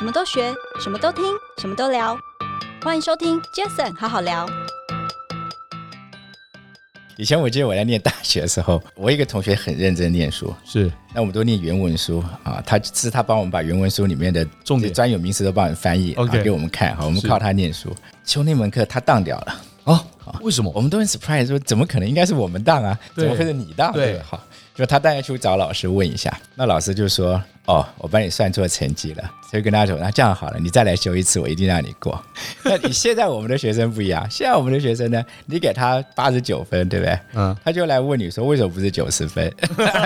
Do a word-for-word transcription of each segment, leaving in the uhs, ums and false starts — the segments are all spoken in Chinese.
什么都学，什么都听，什么都聊。欢迎收听 Jason 好好聊。 以前我记得我在念大学的时候，我一个同学很认真念书， 是， 那我们都念原文书啊，他是他帮我们把原文书里面的重点专有名词都帮我们翻译、okay. 啊、给我们看，好，我们靠他念书。就那门课他当掉了啊？为什么？ 我们都很 surprise， 说怎么可能？应该是我们当啊，怎么会是你当？ 对， 好，就他带去找老师问一下，那老师就说：“哦，我帮你算错成绩了。”所以跟他说：“那这样好了，你再来修一次，我一定让你过。”那你现在我们的学生不一样，现在我们的学生呢，你给他八十九分，对不对？嗯，他就来问你说为什么不是九十分？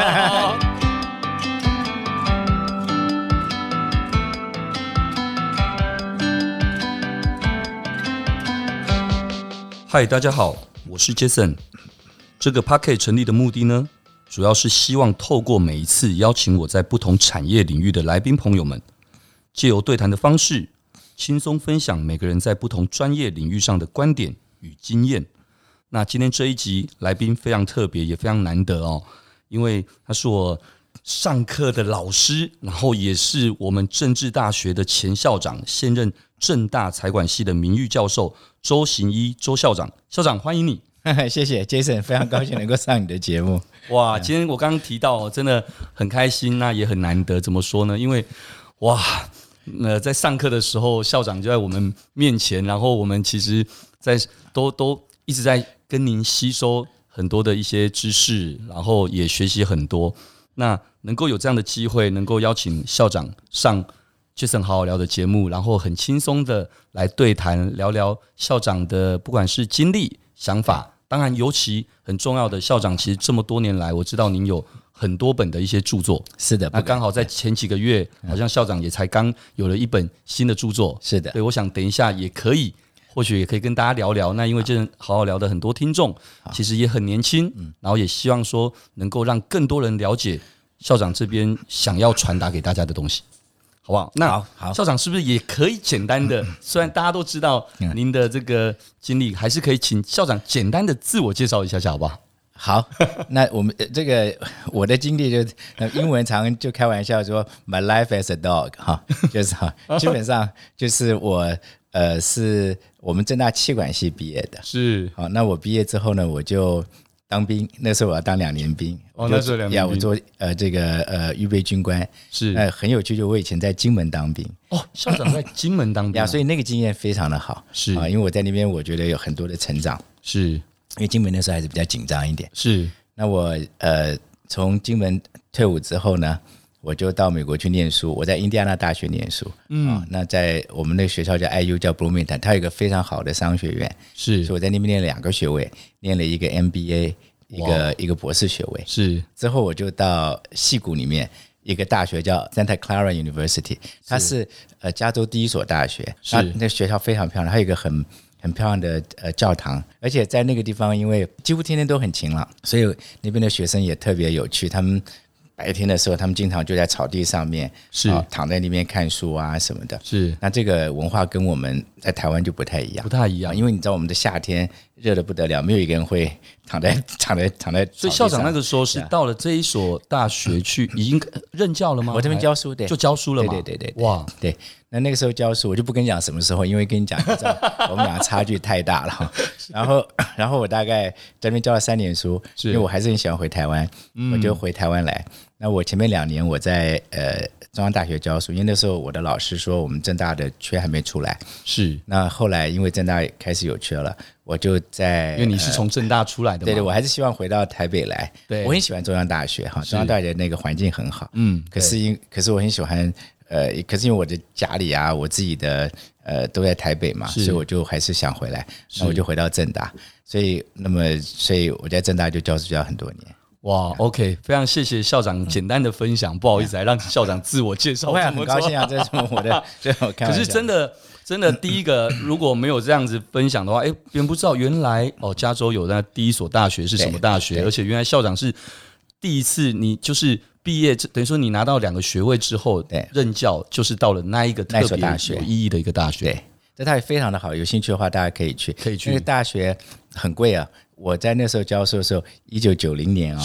嗨，大家好，我是 Jason。这个 Podcast 成立的目的呢，主要是希望透过每一次邀请我在不同产业领域的来宾朋友们，借由对谈的方式，轻松分享每个人在不同专业领域上的观点与经验。那今天这一集来宾非常特别，也非常难得哦，因为他是我上课的老师，然后也是我们政治大学的前校长，现任政大财管系的名誉教授周行一周校长。校长，欢迎你。 谢谢 Jason， 非常高兴能够上你的节目。 哇，今天我刚刚提到真的很开心，那也很难得。怎么说呢？因为哇，呃，在上课的时候，校长就在我们面前，然后我们其实在都都一直在跟您吸收很多的一些知识，然后也学习很多。那能够有这样的机会，能够邀请校长上 Jason 好好聊的节目，然后很轻松的来对谈，聊聊校长的不管是经历、想法。当然，尤其很重要的，校长其实这么多年来，我知道您有很多本的一些著作。 是的， 那刚好在前几个月，好像校长也才刚有了一本新的著作。 是的， 对，我想等一下也可以，或许也可以跟大家聊聊。那因为这好好聊的很多听众，其实也很年轻，然后也希望说能够让更多人了解校长这边想要传达给大家的东西。好不好？那好好校长是不是也可以简单的？虽然大家都知道您的这个经历，还是可以请校长简单的自我介绍一下下，好不好？ 好，那我们这个我的经历就英文常就开玩笑说 "My life as a dog" 哈，就是哈，基本上就是我呃是我们政大企管系毕业的， 是好，那我毕业之后呢，我就当兵，那时候我要当两年兵。 哦，那时候两年兵， 呀，我做呃这个呃预备军官， 是， 呃很有趣，就我以前在金门当兵。 哦，校长在金门当兵、啊， 呀，所以那个经验非常的好， 是啊，因为我在那边我觉得有很多的成长， 是因为金门那时候还是比较紧张一点。 是， 那我呃从金门退伍之后呢，我就到美国去念书，我在印第安纳大学念书，嗯、啊，那在我们那个学校叫 I U， 叫 Bloomington， 它有一个非常好的商学院， 是， 所以我在那边念了两个学位，念了一个 M B A。一个一个博士学位， 是之后我就到矽谷里面一个大学叫 Santa Clara University， 它是呃加州第一所大学，是那学校非常漂亮，还有一个很很漂亮的呃教堂，而且在那个地方因为几乎天天都很晴朗，所以那边的学生也特别有趣，他们白天的时候他们经常就在草地上面是、哦、躺在那边看书啊什么的， 是那这个文化跟我们在台湾就不太一样， 不太一样， 因为你知道我们的夏天热得不得了，没有一个人会躺在躺在躺在。 所以校长那个时候是到了这一所大学去，已经任教了吗？ 我这边教书，对， 就教书了嘛。 对对对对， 哇， 对。那那个时候教书，我就不跟你讲什么时候，因为跟你讲，你知道我们两个差距太大了。然后，然后我大概在那边教了三年书，因为我还是很喜欢回台湾，我就回台湾来。那我前面两年我在呃中央大学教书，因为那时候我的老师说我们政大的缺还没出来， 是。 那后来因为政大开始有缺了，我就在因为你是从政大出来的嘛， 对对，我还是希望回到台北来。对，我很喜欢中央大学哈，中央大学那个环境很好，嗯，可是因可是我很喜欢。呃，可是因为我的家里啊，我自己的呃都在台北嘛，所以我就还是想回来，那我就回到政大，所以那么所以我在政大就教书教很多年。 哇 ，OK， 非常谢谢校长简单的分享，嗯、不好意思，还让校长自我介绍。 我很高兴啊，这是我的，我可是真的真的第一个，如果没有这样子分享的话，哎，别人不知道原来哦，加州有那第一所大学是什么大学，而且原来校长是第一次，你就是毕业，等于说你拿到两个学位之后，任教就是到了那一个特别有意义的一个大学。 对，这大学非常的好，有兴趣的话大家可以去， 可以去。 因为大学很贵啊。我在那时候教授的时候，一九九零年啊、哦， 是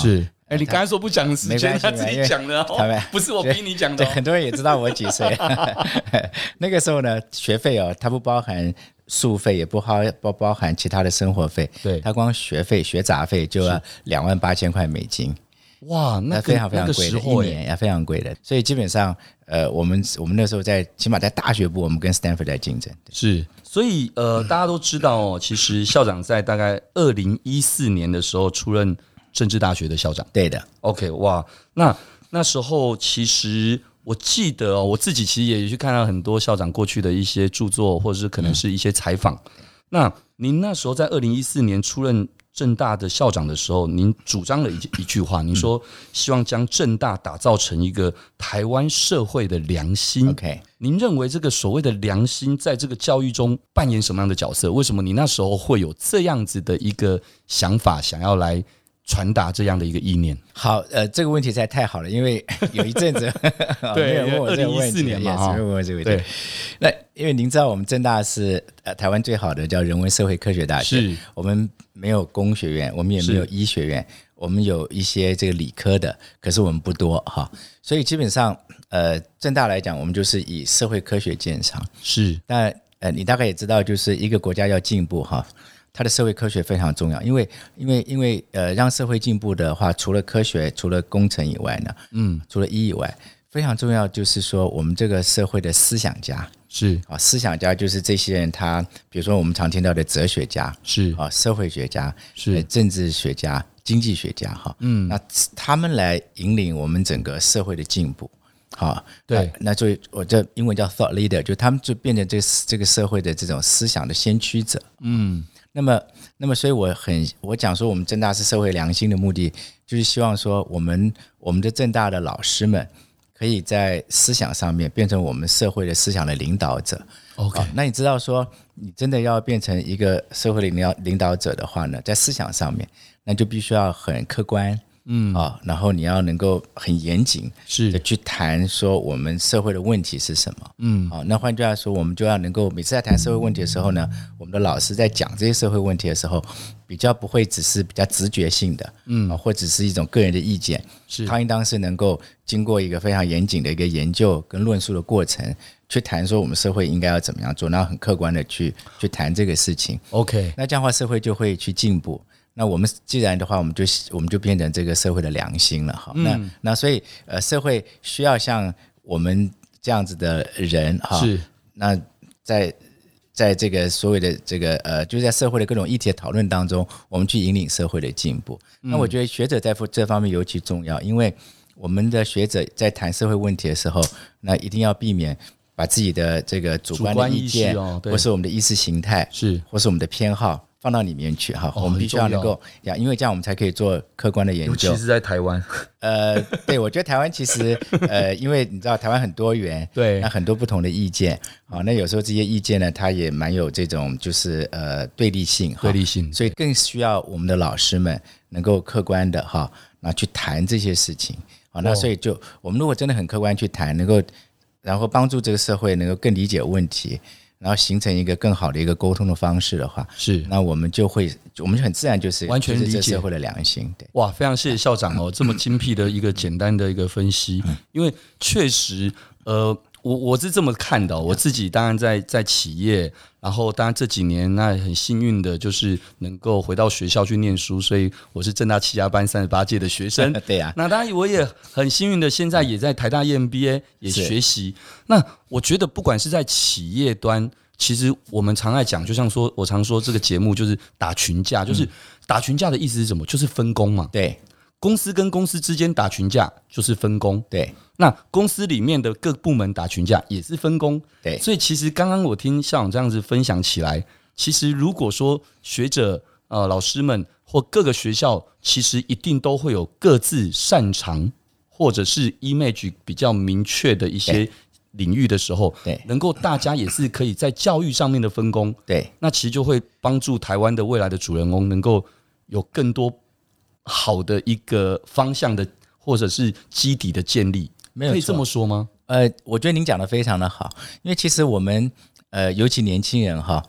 哎，你刚才说不讲时间，他自己讲的哦，不是我逼你讲的、哦。 很多人也知道我几岁。那个时候呢，学费哦，它不包含宿费，也不包不包含其他的生活费， 对， 它光学费、学杂费就要两万八千块美金。 哇，那非常非常贵的，一年也非常贵的。所以基本上，呃，我们我们那时候在起码在大学部，我们跟 Stanford 在竞争。 是，所以呃，大家都知道哦，其实校长在大概二零一四年的时候出任政治大学的校长。 对的。 OK， 哇，那那时候其实我记得哦，我自己其实也去看到很多校长过去的一些著作，或者是可能是一些采访。嗯、那您那时候在二零一四年出任政大的校长的时候，您主张了一一句话，您说希望将政大打造成一个台湾社会的良心。 OK， 您认为这个所谓的良心在这个教育中扮演什么样的角色？为什么你那时候会有这样子的一个想法，想要来传达这样的一个意念？ 好，呃，这个问题实在太好了，因为有一阵子对， 没有问我这个问题， 年嘛， 没有问我这个问题。对，那因为您知道，我们政大是呃台湾最好的叫人文社会科学大学， 是我们没有工学院，我们也没有医学院，我们有一些这个理科的，可是我们不多哈，所以基本上呃政大来讲，我们就是以社会科学见长。 是， 但呃你大概也知道，就是一个国家要进步哈。它的社会科学非常重要，因为因为因为呃，让社会进步的话，除了科学、除了工程以外呢，嗯，除了医以外，非常重要就是说，我们这个社会的思想家是啊，思想家就是这些人他，他比如说我们常听到的哲学家是啊，社会学家是、 呃、政治学家、经济学家哈，嗯，那他们来引领我们整个社会的进步。好， 对， 那所以我这英文叫 thought leader， 就他们就变成这个这个社会的这种思想的先驱者，嗯。那么，那么，所以我很我讲说，我们政大是社会良心的目的，就是希望说，我们我们的政大的老师们可以在思想上面变成我们社会的思想的领导者。 OK，、哦、 那你知道说，你真的要变成一个社会领导领导者的话呢，在思想上面，那就必须要很客观。嗯啊，然后你要能够很严谨是的去谈说我们社会的问题是什么，嗯啊，那换句话说，我们就要能够每次在谈社会问题的时候呢，我们的老师在讲这些社会问题的时候，比较不会只是比较直觉性的，嗯啊，或者是一种个人的意见， 是他应当是能够经过一个非常严谨的一个研究跟论述的过程，去谈说我们社会应该要怎么样做，然后很客观的去去谈这个事情。 OK， 那这样的话社会就会去进步。那我们既然的话，我们就我们就变成这个社会的良心了哈。嗯、那那所以呃，社会需要像我们这样子的人哈。 是。 那在在这个所谓的这个呃，就是在社会的各种议题的讨论当中，我们去引领社会的进步。嗯、那我觉得学者在这方面尤其重要，因为我们的学者在谈社会问题的时候，那一定要避免把自己的这个主观的意见， 哦、 或是我们的意识形态， 是， 或是我们的偏好。放到里面去哈，哦、我们必须要能够呀，因为这样我们才可以做客观的研究。 尤其是在台湾， 呃，对，我觉得台湾其实呃，因为你知道台湾很多元， 对， 那很多不同的意见，好，那有时候这些意见呢，它也蛮有这种就是呃对立性， 对立性， 所以更需要我们的老师们能够客观的哈，那去谈这些事情，好，那所以就我们如果真的很客观去谈，能够然后帮助这个社会能够更理解问题。然后形成一个更好的一个沟通的方式的话， 是， 那我们就会，我们就很自然就是完全理解社会的良心。对， 哇，非常谢谢校长哦，这么精辟的一个简单的一个分析，嗯、因为确实，呃，我我是这么看的、哦，我自己当然在在企业，然后当然这几年那很幸运的就是能够回到学校去念书，所以我是政大七家班三十八届的学生， 对呀、啊。 那当然我也很幸运的，现在也在台大 E M B A 也学习。那我觉得不管是在企业端，其实我们常爱讲，就像说我常说这个节目就是打群架，就是打群架的意思是什么？就是分工嘛。 对， 公司跟公司之间打群架就是分工。 对， 那公司里面的各部门打群架也是分工。 对， 所以其实刚刚我听校长这样子分享起来，其实如果说学者呃老师们或各个学校，其实一定都会有各自擅长或者是 image 比较明确的一些领域的时候， 对， 能够大家也是可以在教育上面的分工， 对， 那其实就会帮助台湾的未来的主人翁能够有更多好的一个方向的或者是基底的建立，可以这么说吗？ 呃，我觉得您讲的非常的好，因为其实我们呃，尤其年轻人哈，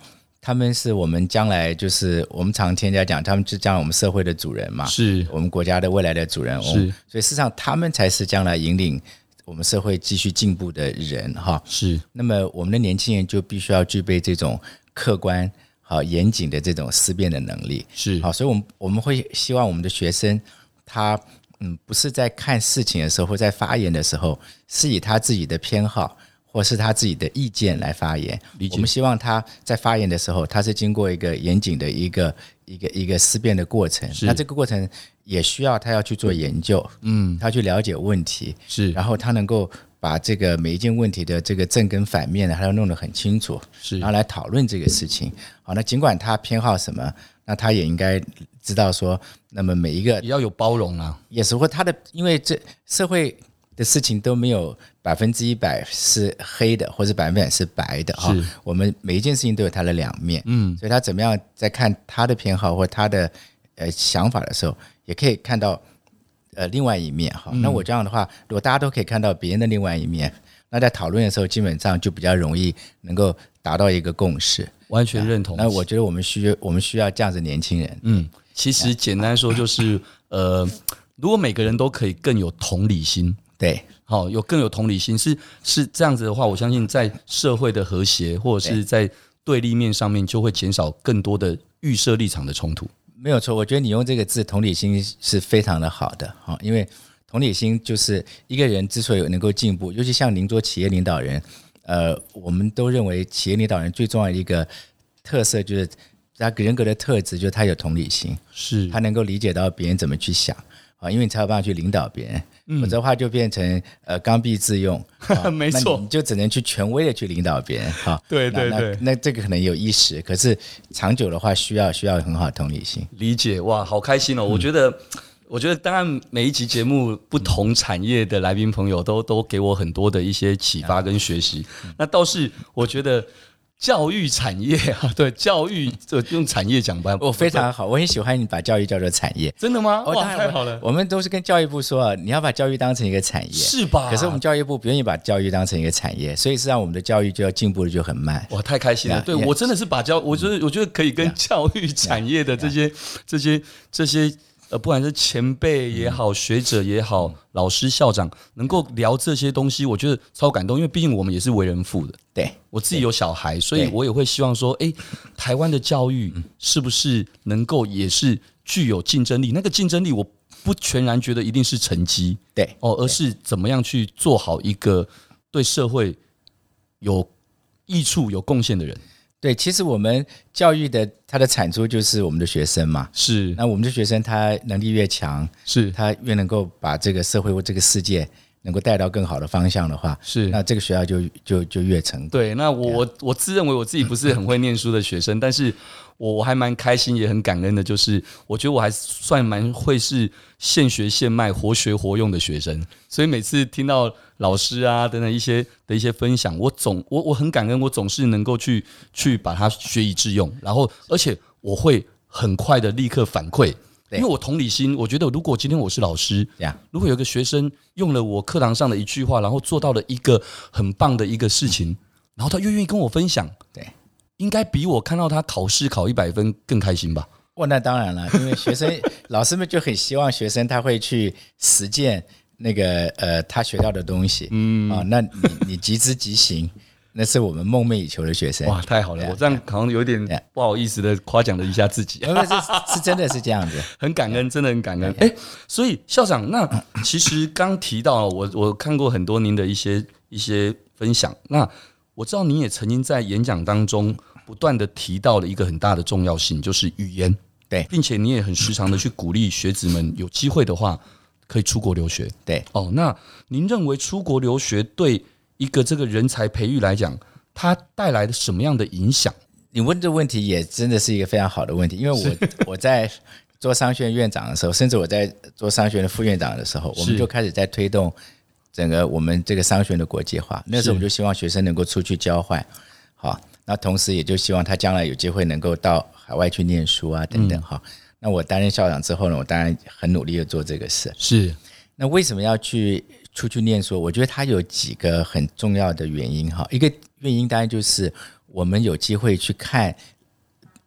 他们是我们将来就是我们常听人家讲，他们是将来我们社会的主人嘛， 是我们国家的未来的主人翁， 是， 所以事实上他们才是将来引领我们社会继续进步的人哈。 是， 那么我们的年轻人就必须要具备这种客观、好严谨的这种思辨的能力， 是好，所以我们我们会希望我们的学生他嗯不是在看事情的时候或在发言的时候是以他自己的偏好或是他自己的意见来发言，我们希望他在发言的时候他是经过一个严谨的一个一个一个思辨的过程，那这个过程也需要他要去做研究，嗯，他去了解问题， 是， 然后他能够把这个每一件问题的这个正跟反面呢，他要弄得很清楚， 是， 然后来讨论这个事情。好，那尽管他偏好什么，那他也应该知道说，那么每一个也要有包容啊， 也是或他的，因为这社会的事情都没有百分之一百是黑的，或者百分之百是白的哈。我们每一件事情都有它的两面，嗯，所以他怎么样在看他的偏好或他的呃想法的时候，也可以看到呃另外一面哈。那我这样的话，如果大家都可以看到别人的另外一面，那在讨论的时候，基本上就比较容易能够达到一个共识。 完全认同。 那我觉得我们需要我们需要这样子年轻人。 嗯，其实简单说就是呃，如果每个人都可以更有同理心。 对， 好，有更有同理心，是是这样子的话，我相信在社会的和谐或者是在对立面上面，就会减少更多的预设立场的冲突。 没有错，我觉得你用这个字同理心是非常的好的，因为同理心就是一个人之所以能够进步，尤其像您做企业领导人，呃，我们都认为企业领导人最重要的一个特色就是他人格的特质，就是他有同理心， 是他能够理解到别人怎么去想。因为你才有办法去领导别人，嗯、否则的话就变成呃刚愎自用， 没错， 你就只能去权威的去领导别人， 对对对， 那, 那这个可能有一时，可是长久的话需要需要很好的同理心。 理解，哇，好开心哦！嗯、我觉得，我觉得当然每一集节目不同产业的来宾朋友都都给我很多的一些启发跟学习，嗯、那倒是我觉得。教育产业啊，对，教育就用产业讲吧， 我非常好，我很喜欢你把教育叫做产业。 真的吗？ 哇， 太好了！ 我们都是跟教育部说啊，你要把教育当成一个产业， 是吧？ 可是我们教育部不愿意把教育当成一个产业，所以实际上我们的教育就要进步的就很慢。 哇，太开心了！对，我真的是把教，我觉得我觉得可以跟教育产业的这些这些这些。呃，不管是前辈也好，学者也好，老师、校长能够聊这些东西，我觉得超感动。因为毕竟我们也是为人父的， 对我自己有小孩，所以我也会希望说，哎，台湾的教育是不是能够也是具有竞争力？那个竞争力，我不全然觉得一定是成绩， 对哦，而是怎么样去做好一个对社会有益处、有贡献的人。 对，其实我们教育的它的产出就是我们的学生嘛， 是。 那我们的学生他能力越强， 是他越能够把这个社会或这个世界能够带到更好的方向的话， 是。 那这个学校就就就越成功。 对，那我我我自认为我自己不是很会念书的学生，但是我我还蛮开心也很感恩的，就是我觉得我还算蛮会是现学现卖、活学活用的学生，所以每次听到老师啊等等一些的一些分享，我总我我很感恩，我总是能够去去把它学以致用，然后而且我会很快的立刻反馈，因为我同理心，我觉得如果今天我是老师，如果有个学生用了我课堂上的一句话，然后做到了一个很棒的一个事情，然后他又愿意跟我分享， 对， 应该比我看到他考试考一百分更开心吧？ 哇，那当然了，因为学生老师们就很希望学生他会去实践那个呃他学到的东西，嗯啊，那你你即知即行，那是我们梦寐以求的学生。 哇，太好了！我这样好像有点不好意思的夸奖了一下自己， 是是真的是这样子， 很感恩，真的很感恩。哎，所以校长，那其实刚提到我我看过很多您的一些一些分享，那我知道您也曾经在演讲当中不断的提到了一个很大的重要性，就是语言， 对， 并且你也很时常的去鼓励学子们有机会的话可以出国留学， 对。 哦，那您认为出国留学对一个这个人才培育来讲，它带来的什么样的影响？ 你问这个问题也真的是一个非常好的问题，因为我我在做商学院院长的时候，甚至我在做商学院的副院长的时候，我们就开始在推动整个我们这个商学院的国际化。那时候我们就希望学生能够出去交换，好，那同时也就希望他将来有机会能够到海外去念书啊等等哈。嗯，那我担任校长之后呢，我当然很努力的做这个事。 是， 那为什么要去出去念书？我觉得它有几个很重要的原因哈。一个原因当然就是我们有机会去看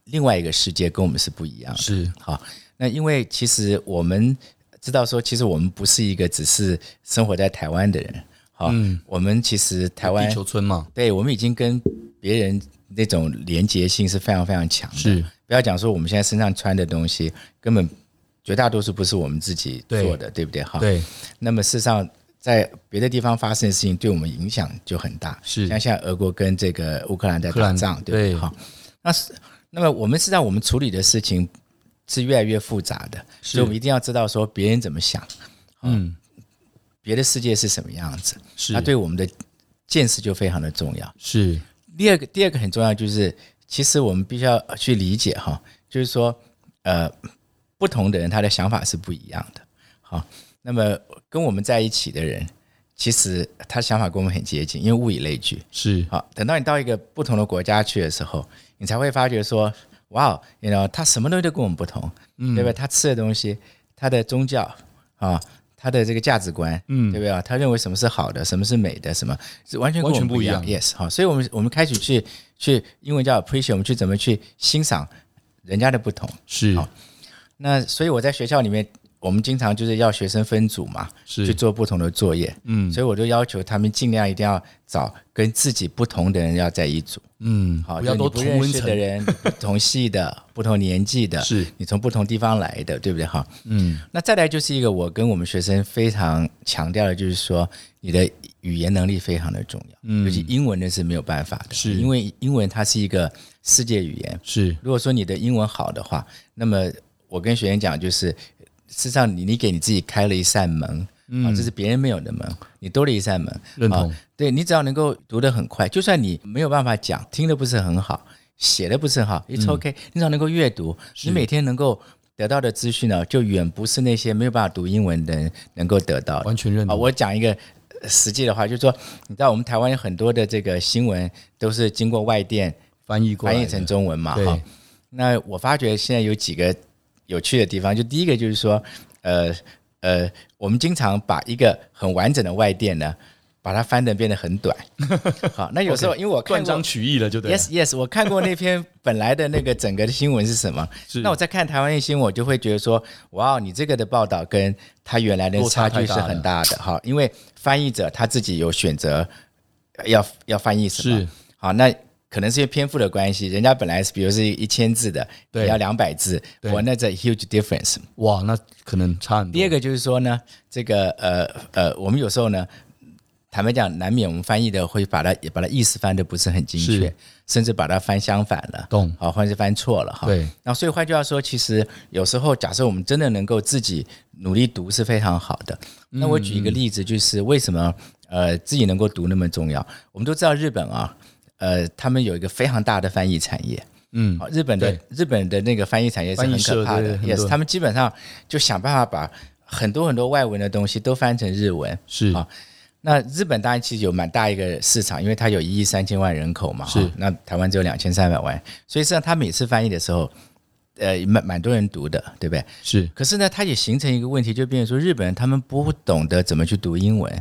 另外一个世界，跟我们是不一样的。 是好，那因为其实我们知道说，其实我们不是一个只是生活在台湾的人。好，嗯，我们其实台湾地球村嘛， 对，我们已经跟别人那种连结性是非常非常强的。 是， 不要讲说我们现在身上穿的东西，根本绝大多数不是我们自己做的， 对, 对不对？好， 对。那么事实上，在别的地方发生的事情，对我们影响就很大。 是， 像现在俄国跟这个乌克兰在打仗，对不对？好，那那么我们知道，我们处理的事情是越来越复杂的，所以我们一定要知道说别人怎么想。嗯。别的世界是什么样子？是，那对我们的见识就非常的重要。 是， 第二个，第二个很重要就是，其实我们必须要去理解哈，就是说，呃，不同的人他的想法是不一样的。好，那么跟我们在一起的人，其实他想法跟我们很接近，因为物以类聚。 是， 好，等到你到一个不同的国家去的时候，你才会发觉说，哇 ，you know， 他什么东西都跟我们不同，嗯、对吧？他吃的东西，他的宗教啊。他的这个价值观，嗯，对不对？他认为什么是好的，什么是美的，什么是完全跟我们不一样。Yes， 好，所以我们我们开始去去英文叫 appreciate， 我们去怎么去欣赏人家的不同。 是， 好，那所以我在学校里面，我们经常就是要学生分组嘛，去做不同的作业。嗯，所以我就要求他们尽量一定要找跟自己不同的人要在一组。嗯，好， 不要都不认识的人，不同系的、不同年纪的， 是你从不同地方来的，对不对？哈，嗯，那再来就是一个我跟我们学生非常强调的，就是说你的语言能力非常的重要，嗯，尤其英文那是没有办法的， 是因为英文它是一个世界语言， 是如果说你的英文好的话，那么我跟学员讲，就是事实上你你给你自己开了一扇门。嗯，这是别人没有的门，你多了一扇门。 认同， 对，你只要能够读得很快，就算你没有办法讲，听得不是很好，写得不是很好 ，it's okay，、嗯、你只要能够阅读，你每天能够得到的资讯呢，就远不是那些没有办法读英文的人能够得到的。 完全认同。 我讲一个实际的话，就是说，你知道我们台湾有很多的这个新闻都是经过外电翻译过来翻译成中文嘛，哈。那我发觉现在有几个有趣的地方，就第一个就是说，呃。呃，我们经常把一个很完整的外电呢，把它翻得变得很短。好，那有时候因为我看断章取义了，就对了。 Yes, yes， 我看过那篇本来的那个整个的新闻是什么？那我在看台湾的新闻，我就会觉得说，哇，你这个的报道跟他原来的差距是很大的。好，因为翻译者他自己有选择要要翻译什么。是。好，那。可能是因为篇幅的关系，人家本来是比如是一千字的，也要两百字，哇，那这 huge difference。 哇，那可能差很多。 第二个就是说呢，这个呃呃，我们有时候呢，坦白讲，难免我们翻译的会把它把它意思翻的不是很精确，甚至把它翻相反了， 懂？ 好，或者是翻错了哈。 对。 那所以换句话说，其实有时候假设我们真的能够自己努力读是非常好的。嗯、那我举一个例子，就是为什么呃自己能够读那么重要？我们都知道日本啊。呃，他们有一个非常大的翻译产业，嗯，日本的日本的那个翻译产业是很可怕的，也是他们基本上就想办法把很多很多外文的东西都翻成日文， 是啊。那日本当然其实有蛮大一个市场，因为它有一亿三千万人口嘛， 是。 那台湾只有两千三百万，所以实际上他每次翻译的时候，呃，蛮蛮多人读的，对不对？ 是。 可是呢，它也形成一个问题，就变成说日本人他们不懂得怎么去读英文。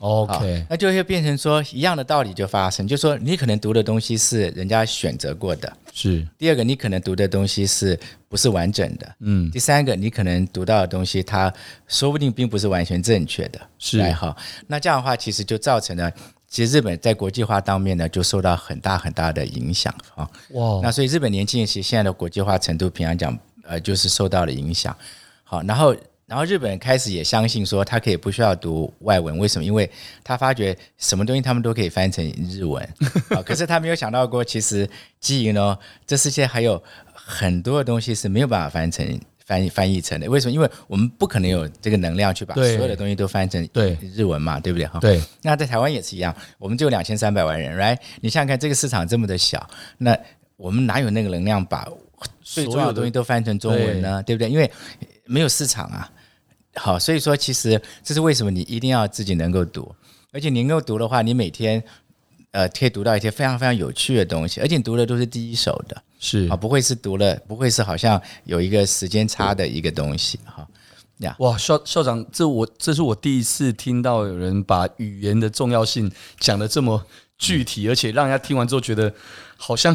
OK， 那就会变成说一样的道理就发生，就是说你可能读的东西是人家选择过的， 是。 第二个，你可能读的东西是不是完整的？嗯。第三个，你可能读到的东西，它说不定并不是完全正确的。 是。 好，那这样的话，其实就造成了，其实日本在国际化当面呢，就受到很大很大的影响啊。哇。那所以日本年轻人其实现在的国际化程度，平常讲，呃，就是受到了影响。好，然后。然后日本人开始也相信说，他可以不需要读外文，为什么？因为他发觉什么东西他们都可以翻成日文，可是他没有想到过，其实基于呢，这世界还有很多的东西是没有办法翻成翻译翻译成的。为什么？因为我们不可能有这个能量去把所有的东西都翻成日文嘛， 对, 对不对？ 对。 那在台湾也是一样，我们就有两千三百万人 ，right？ 你想想看，这个市场这么的小，那我们哪有那个能量把最重要的东西都翻成中文呢？ 对, 对不对？因为没有市场啊。好，所以说其实这是为什么你一定要自己能够读，而且你能够读的话，你每天呃可以读到一些非常非常有趣的东西，而且你读的都是第一手的， 是啊，不会是读了，不会是好像有一个时间差的一个东西哈。 Yeah. 哇，校校长，这我这是我第一次听到有人把语言的重要性讲得这么具体，嗯、而且让人家听完之后觉得好像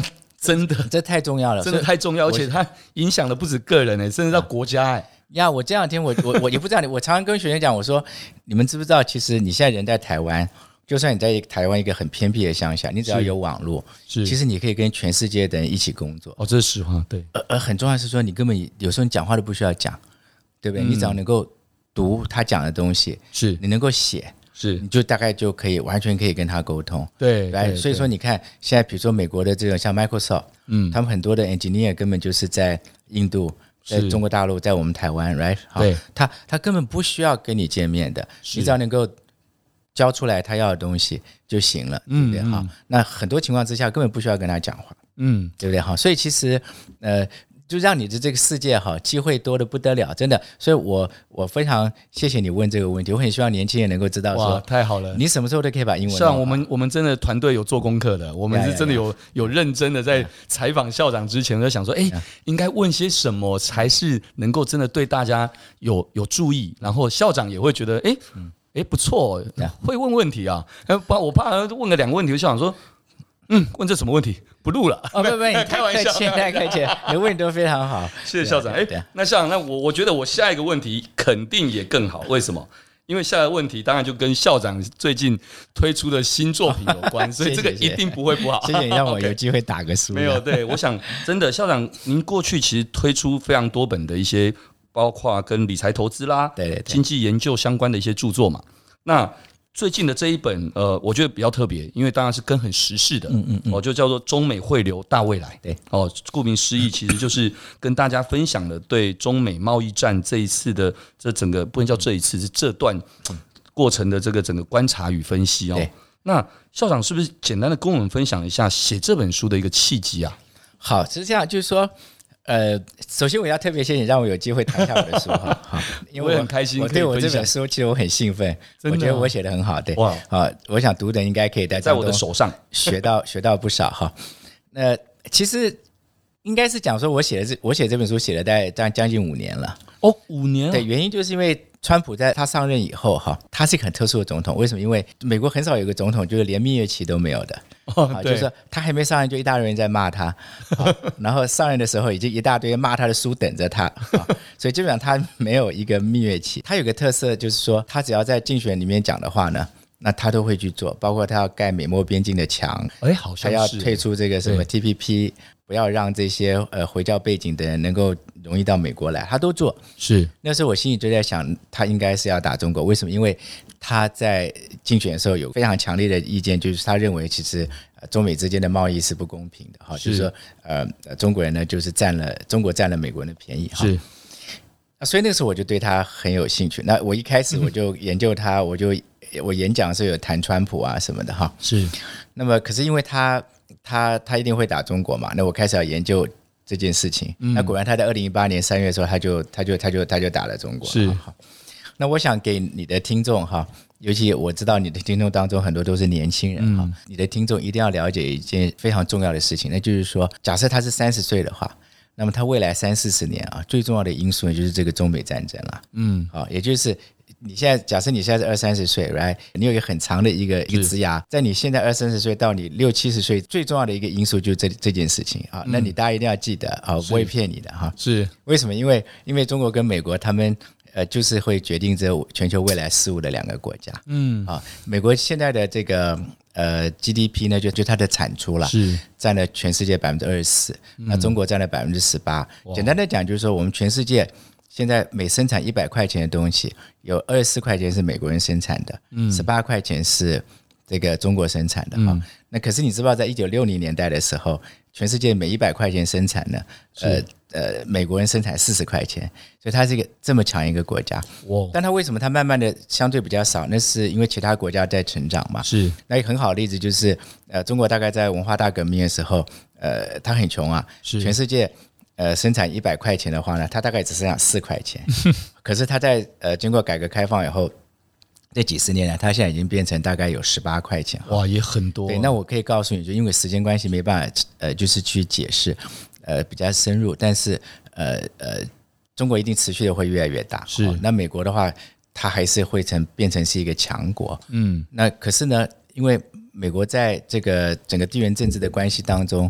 真的， 这太重要了， 真的太重要，而且它影响的不止个人、欸、甚至到国家、欸。 呀，我这两天我我我也不知道，我常常跟学生讲，我说你们知不知道，其实你现在人在台湾，就算你在台湾一个很偏僻的乡下，你只要有网络，其实你可以跟全世界的人一起工作。 哦，这是实话，对。 而而很重要的是说，你根本有时候你讲话都不需要讲，对不对？嗯、你只要能够读他讲的东西， 是你能够写。 是， 你就大概就可以完全可以跟他沟通， 对， 对，所以说你看现在比如说美国的这种像 Microsoft， 嗯，他们很多的 engineer 根本就是在印度，在中国大陆，在我们台湾 ，right？ 对， 他他根本不需要跟你见面的，你只要能够交出来他要的东西就行了，对不对？哈、嗯嗯，那很多情况之下根本不需要跟他讲话，嗯，对不对？哈，所以其实呃。就让你的这个世界哈机会多得不得了，真的，所以我我非常谢谢你问这个问题，我很希望年轻人能够知道说， 太好了， 你什么时候都可以把英文。 像我们我们真的团队有做功课的，我们是真的有有认真的在采访校长之前，在想说，哎，应该问些什么才是能够真的对大家有有注意，然后校长也会觉得，哎哎不错，会问问题啊，我怕问个两个问题，校长说。嗯，问这什么问题？不录了。 哦，不不，你开玩笑，太客气，你的问题都非常好。 谢谢校长。哎，那校长，那我我觉得我下一个问题肯定也更好。为什么？因为下一个问题当然就跟校长最近推出的新作品有关，所以这个一定不会不好。 谢谢你让我有机会打个书。 没有，对，我想真的，校长您过去其实推出非常多本的一些，包括跟理财投资啦、 对对对经济研究相关的一些著作嘛。那最近的这一本，呃，我觉得比较特别，因为当然是跟很时事的，嗯嗯嗯，哦，就叫做《中美汇流大未来》。 对， 哦，顾名思义，其实就是跟大家分享的对中美贸易战这一次的这整个不能叫这一次，是这段过程的这个整个观察与分析哦。那校长是不是简单的跟我们分享一下写这本书的一个契机啊？ 好，是这样，就是说。呃，首先我要特别谢谢你让我有机会谈一下我的书哈，好，因为我, 我很开心， 我对我这本书其实我很兴奋，我觉得我写得很好，对，哇，好，我想读的应该可以在在我的手上学到学到不少哈。那其实应该是讲说我写的这我写这本书写了大概将近五年了， 哦，五年， 对，原因就是因为川普在他上任以后哈，他是一个很特殊的总统，为什么？因为美国很少有个总统就是连蜜月期都没有的。哦，就是说他还没上任就一大堆人在骂他，然后上任的时候已经一大堆骂他的书等着他，所以基本上他没有一个蜜月期。他有个特色就是说，他只要在竞选里面讲的话呢，那他都会去做，包括他要盖美墨边境的墙， 哎，好像是， 他要退出这个什么 T P P， 不要让这些呃回教背景的人能够容易到美国来，他都做。 是， 那时候我心里就在想，他应该是要打中国，为什么？因为他在竞选的时候有非常强烈的意见，就是他认为其实中美之间的贸易是不公平的，哈，就是说呃中国人呢就是占了中国占了美国人的便宜， 是。 所以那个时候我就对他很有兴趣。那我一开始我就研究他，我就我演讲的时候有谈川普啊什么的哈。 是。 那么可是因为他他他一定会打中国嘛，那我开始要研究这件事情。嗯、那果然他在二零一八年三月的时候，他就他就他就他就打了中国。 是。 好，那我想给你的听众哈，尤其我知道你的听众当中很多都是年轻人哈、嗯，你的听众一定要了解一件非常重要的事情，那就是说，假设他是三十岁的话。那么他未来三四十年啊，最重要的因素呢，就是这个中美战争了。嗯，好，也就是你现在假设你现在是二三十岁 ，right？ 你有一个很长的一个一个职涯，在你现在二三十岁到你六七十岁，最重要的一个因素就是这这件事情啊。那你大家一定要记得啊，不会骗你的哈。 是为什么？因为因为中国跟美国他们。呃，就是会决定这全球未来事务的两个国家。嗯，啊，美国现在的这个呃 G D P 呢，就就它的产出啦， 是占了全世界百分之二十四，那中国占了百分之十八。简单的讲，就是说我们全世界现在每生产一百块钱的东西，有二十四块钱是美国人生产的，嗯，十八块钱是这个中国生产的。哈、嗯，那可是你知道，在一九六零年代的时候，全世界每一百块钱生产呢，呃。呃，美国人生产四十块钱，所以它是一个这么强一个国家。但它为什么它慢慢的相对比较少？那是因为其他国家在成长嘛。 是。 那一个很好的例子就是，呃，中国大概在文化大革命的时候，呃，它很穷啊，全世界呃生产一百块钱的话呢，它大概只剩下四块钱。可是它在呃经过改革开放以后，这几十年来，它现在已经变成大概有十八块钱。 哇，也很多、啊。 对，那我可以告诉你，就因为时间关系没办法，呃，就是去解释。呃，比较深入，但是呃呃，中国一定持续的会越来越大。 是， 哦、那美国的话，它还是会成变成是一个强国。嗯，那可是呢，因为美国在这个整个地缘政治的关系当中，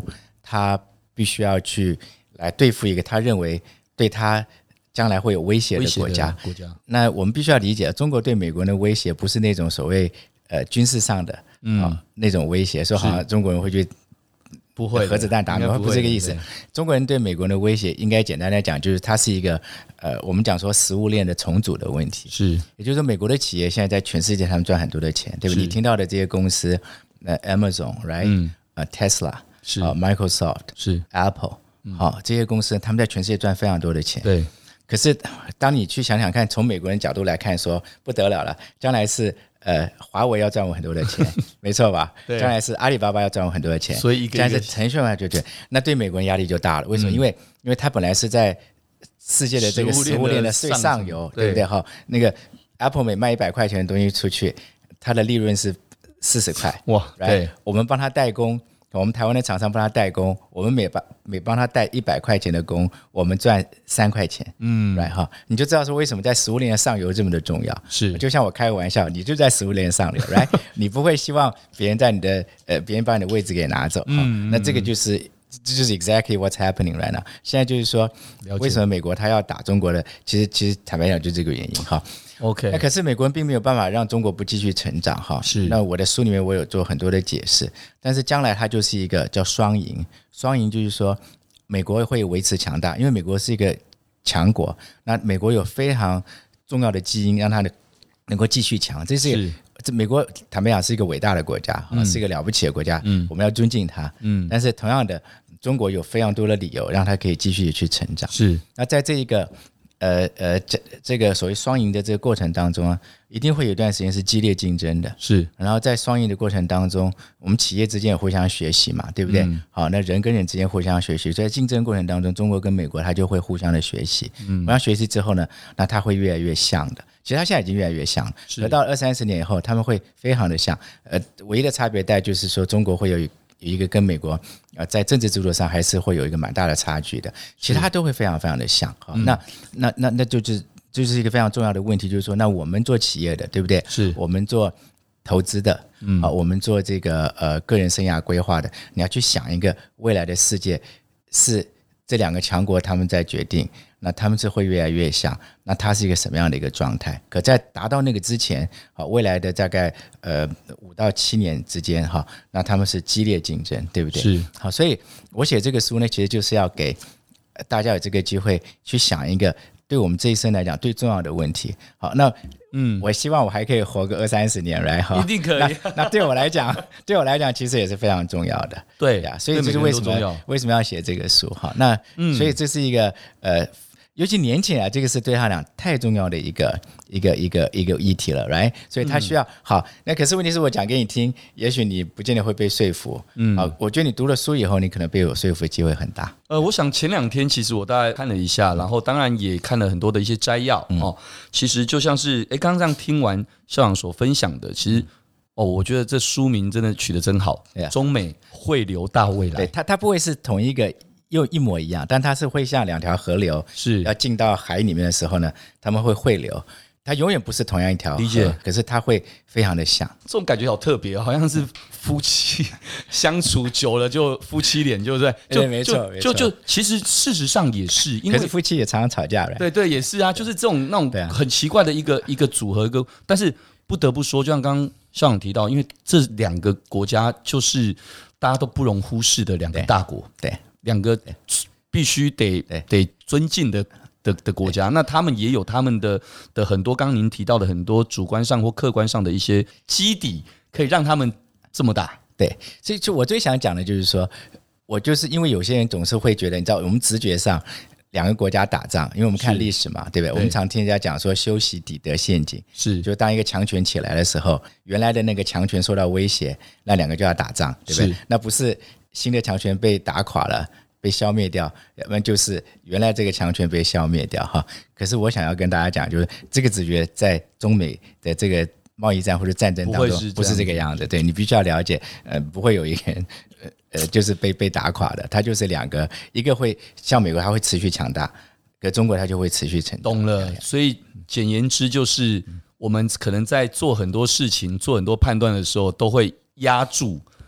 他必须要去来对付一个他认为对他将来会有威胁的国家。 国家那我们必须要理解，中国对美国人的威胁不是那种所谓呃军事上的、嗯哦、那种威胁，说好像中国人会去不会核子弹打美国，不是这个意思。中国人对美国人的威胁，应该简单来讲，就是它是一个呃，我们讲说食物链的重组的问题。 是， 也就是说，美国的企业现在在全世界他们赚很多的钱，对不对？你听到的这些公司，呃 ，Amazon，right，、嗯、呃 ，Tesla， 是、 呃、，Microsoft， 是 ，Apple， 好、嗯哦，这些公司他们在全世界赚非常多的钱。 对。 可是，当你去想想看，从美国人角度来看说，不得了了，将来是呃，华为要赚我很多的钱，没错吧？将来是阿里巴巴要赚我很多的钱， 所以一个将来是腾讯啊，对对，那对美国人压力就大了。为什么？嗯、因为因为他本来是在世界的这个食物链的最上游，对不对？哈，那个 Apple 每卖一百块钱的东西出去，它的利润是四十块， 哇！对， 我们帮他代工。我们台湾的厂商帮他代工，我们每帮每帮他代一百块钱的工，我们赚三块钱。嗯，right 哈，你就知道说为什么在食物链的上游这么的重要。 是， 就像我开个玩笑，你就在食物链上游 ，right？ 你不会希望别人在你的呃，别人把你的位置给拿走。嗯，那这个就是这就是 exactly what's happening right now。现在就是说，为什么美国他要打中国的？其实其实坦白讲，就这个原因哈。 OK， 那可是美国人并没有办法让中国不继续成长哈。 是， 那我的书里面我有做很多的解释，但是将来它就是一个叫双赢，双赢就是说美国会维持强大，因为美国是一个强国，那美国有非常重要的基因让它能够继续强，这是一个这美国坦白讲是一个伟大的国家，嗯、是一个了不起的国家，嗯、我们要尊敬它。嗯，但是同样的，中国有非常多的理由让它可以继续去成长。 是， 那在这一个。呃呃，这这个所谓双赢的这个过程当中啊，一定会有一段时间是激烈竞争的， 是。 然后在双赢的过程当中，我们企业之间也互相学习嘛，对不对？嗯、好，那人跟人之间互相学习，所以在竞争过程当中，中国跟美国它就会互相的学习。嗯，互相学习之后呢，那它会越来越像的。其实它现在已经越来越像了，而到二三十年以后，他们会非常的像。呃，唯一的差别在就是说，中国会有。有一个跟美国呃在政治制度上还是会有一个蛮大的差距的，其他都会非常非常的像。嗯、那那那那就是就是一个非常重要的问题，就是说，那我们做企业的，对不对？ 是我们做投资的，嗯，啊，我们做这个呃个人生涯规划的，你要去想一个未来的世界是这两个强国他们在决定。那他们是会越来越像，那它是一个什么样的一个状态？可在达到那个之前，好，未来的大概呃五到七年之间，哈，那他们是激烈竞争，对不对？ 是。 好，所以我写这个书呢，其实就是要给大家有这个机会去想一个对我们这一生来讲最重要的问题。好，那嗯，我希望我还可以活个二三十年来，哈， 一定可以。 那, 那对我来讲，对我来讲，其实也是非常重要的。 对呀，所以这是为什么为什么要写这个书？哈，那、嗯、所以这是一个呃。尤其年轻啊，这个是对他俩太重要的一个一个一个一个议题了 ，right？ 所以他需要、嗯、好。那可是问题是我讲给你听，也许你不见得会被说服。嗯，好，我觉得你读了书以后，你可能被我说服的机会很大。 呃，我想前两天其实我大概看了一下，然后当然也看了很多的一些摘要、嗯、哦。其实就像是哎，刚刚这样听完校长所分享的，其实、嗯、哦，我觉得这书名真的取得真好，啊、中美汇流大未来。 对，它它不会是同一个。又一模一样，但它是会像两条河流， 是要进到海里面的时候呢，他们会汇流，它永远不是同样一条河， 理解， 可是它会非常的像。 这种感觉好特别，好像是夫妻相处久了就夫妻脸，对不对？就对，没错， 就就就其实事实上也是，因为可是夫妻也常常吵架， 对对，也是啊，就是这种那种很奇怪的一个、啊、一个组合，个但是不得不说，就像刚刚校长提到，因为这两个国家就是大家都不容忽视的两个大国， 对，对两个。必须得得尊敬的的的国家，那他们也有他们的的很多，刚刚您提到的很多主观上或客观上的一些基底，可以让他们这么大。 对，所以就我最想讲的就是说，我就是因为有些人总是会觉得，你知道，我们直觉上两个国家打仗，因为我们看历史嘛，对不对？我们常听人家讲说修习底德陷阱， 是就当一个强权起来的时候，原来的那个强权受到威胁，那两个就要打仗，对不对？那不是新的强权被打垮了。被消灭掉，要不然就是原来这个强权被消灭掉哈。可是我想要跟大家讲，就是这个直觉在中美的这个贸易战或者战争当中不是这个样子。对，你必须要了解，呃，不会有一个人呃就是被被打垮的，它就是两个，一个会像美国，它会持续强大，可中国它就会持续成长。 懂了，所以简言之就是我们可能在做很多事情、做很多判断的时候，都会压住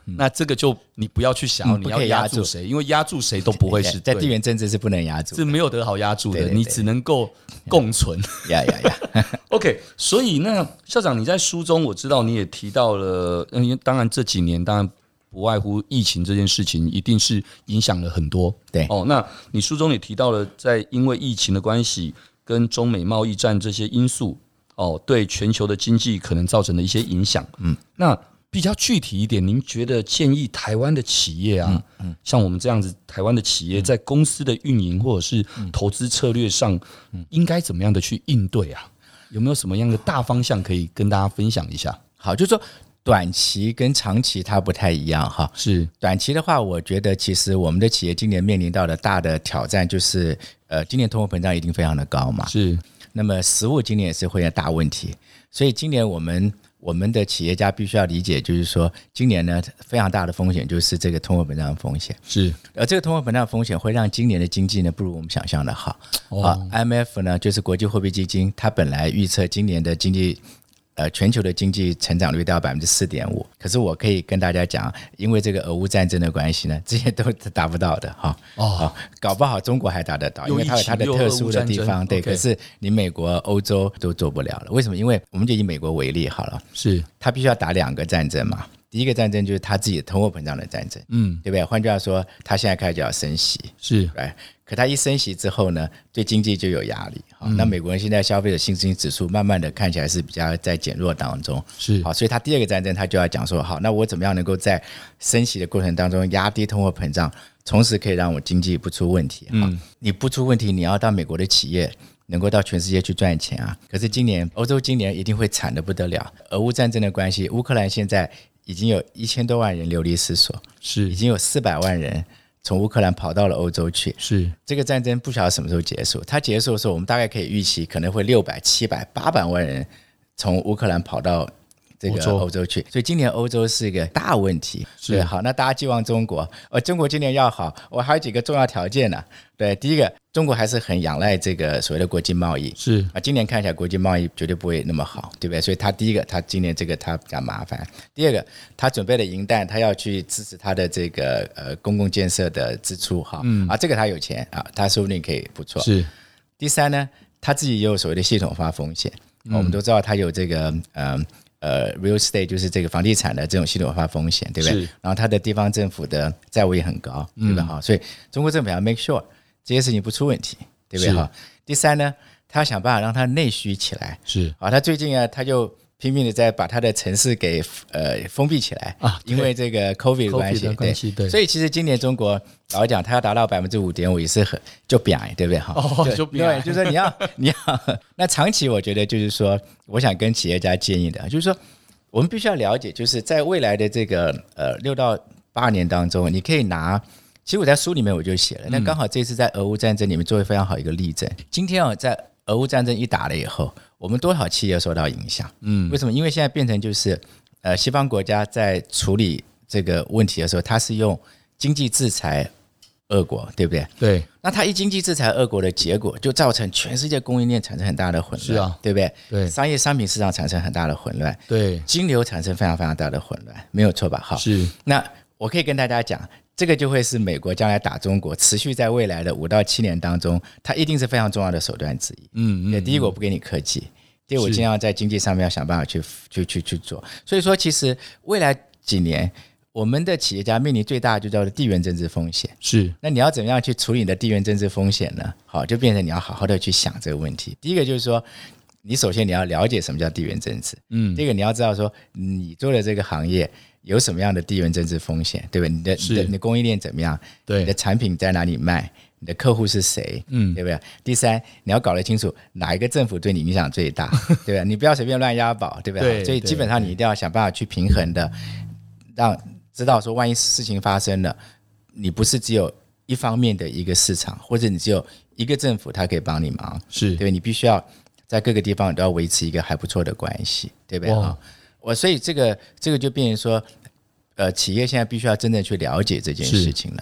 那这个就你不要去想要你要压住谁，因为压住谁都不会是对的， 在地缘政治是不能压住的， 是没有得好压住的， 对对对， 你只能够共存。 呀呀呀 OK， 所以那校长你在书中我知道你也提到了，嗯，当然这几年当然不外乎疫情这件事情一定是影响了很多。 对哦，那你书中也提到了，在因为疫情的关系跟中美贸易战这些因素，哦，对全球的经济可能造成的一些影响。嗯，那比较具体一点，您觉得建议台湾的企业啊，嗯嗯、像我们这样子台湾的企业，在公司的运营或者是投资策略上，应该怎么样的去应对啊？有没有什么样的大方向可以跟大家分享一下？ 好，就是说短期跟长期它不太一样哈。 是短期的话，我觉得其实我们的企业今年面临到的大的挑战就是，呃，今年通货膨胀一定非常的高嘛。 是。 那么食物今年也是会有大问题，所以今年我们我们的企业家必须要理解，就是说今年呢非常大的风险就是这个通货膨胀的风险。 是， 而这个通货膨胀的风险会让今年的经济呢不如我们想象的好。哦啊、I M F 呢就是国际货币基金，它本来预测今年的经济。呃，全球的经济成长率到百分之四点五，可是我可以跟大家讲，因为这个俄乌战争的关系呢，这些都达不到的哈。哦，搞不好中国还达得到，因为它有它的特殊的地方，对。可是你美国、欧洲都做不了了，为什么？因为我们就以美国为例好了， 是它必须要打两个战争嘛。第一个战争就是他自己的通货膨胀的战争，嗯，对不对？换句话说，他现在开始就要升息， 是， 对。可他一升息之后呢，对经济就有压力。好，那美国人现在消费者信心指数慢慢的看起来是比较在减弱当中， 是。 好，所以他第二个战争他就要讲说，好，那我怎么样能够在升息的过程当中压低通货膨胀，同时可以让我经济不出问题。嗯，你不出问题，你要到美国的企业能够到全世界去赚钱啊。可是今年欧洲今年一定会惨得不得了，俄乌战争的关系，乌克兰现在已经有一千多万人流离失所， 是， 已经有四百万人从乌克兰跑到了欧洲去。 是， 这个战争不晓得什么时候结束，它结束的时候，我们大概可以预期可能会六百、七百、八百万人从乌克兰跑到这个欧洲去，所以今年欧洲是一个大问题。对，好，那大家寄望中国，呃，中国今年要好，我还有几个重要条件呢。对，第一个，中国还是很仰赖这个所谓的国际贸易， 是啊，今年看起来国际贸易绝对不会那么好，对不对？所以他第一个，他今年这个他比较麻烦。第二个，他准备了银弹，他要去支持他的这个呃公共建设的支出哈，嗯、啊，这个他有钱啊，他说不定可以不错。 是。 第三呢，他自己也有所谓的系统化风险，嗯、我们都知道他有这个呃。呃 ，real estate 就是这个房地产的这种系统化风险，对不对？然后它的地方政府的债务也很高，对吧？嗯、所以中国政府要 make sure 这些事情不出问题，对不对？哈。第三呢，他要想办法让它内需起来。 是啊，他最近啊，他就拼命的在把他的城市给呃封闭起来啊，因为这个 COVID 的关系， 关系对。 所以其实今年中国老实讲，他要达到百分之五点五也是很就扁，对不对？哈， 哦，就扁， 对，就是说你要你要那长期，我觉得就是说，我想跟企业家建议的，就是说我们必须要了解，就是在未来的这个呃六到八年当中，你可以拿。其实我在书里面我就写了，那刚好这次在俄乌战争里面做了非常好一个例证。今天啊，在俄乌战争一打了以后，我们多少企业受到影响？嗯，为什么？因为现在变成就是，呃，西方国家在处理这个问题的时候，它是用经济制裁俄国，对不对？ 对。 那它一经济制裁俄国的结果，就造成全世界供应链产生很大的混乱， 是啊， 对不对？ 对。 商业商品市场产生很大的混乱， 对。 金流产生非常非常大的混乱，没有错吧？好， 是。 那我可以跟大家讲。这个就会是美国将来打中国，持续在未来的五到七年当中，它一定是非常重要的手段之一。嗯嗯。第一个我不给你客气，第二我尽量在经济上面要想办法去去去去做。所以说，其实未来几年，我们的企业家面临最大的就叫做地缘政治风险。 是。 那你要怎么样去处理你的地缘政治风险呢？好，就变成你要好好的去想这个问题。第一个就是说，你首先你要了解什么叫地缘政治。嗯。第一个你要知道说，你做的这个行业。有什么样的地缘政治风险，对不对？你的你的你的供应链怎么样？ 对， 你的产品在哪里卖？你的客户是谁？嗯，对不对？第三，你要搞得清楚哪一个政府对你影响最大，对不对？你不要随便乱押宝，对不对？ 对， 所以基本上你一定要想办法去平衡的，让知道说万一事情发生了，你不是只有一方面的一个市场，或者你只有一个政府，它可以帮你忙， 是对，你必须要在各个地方都要维持一个还不错的关系，对不对？我所以这个这个就变成说，呃，企业现在必须要真正去了解这件事情了。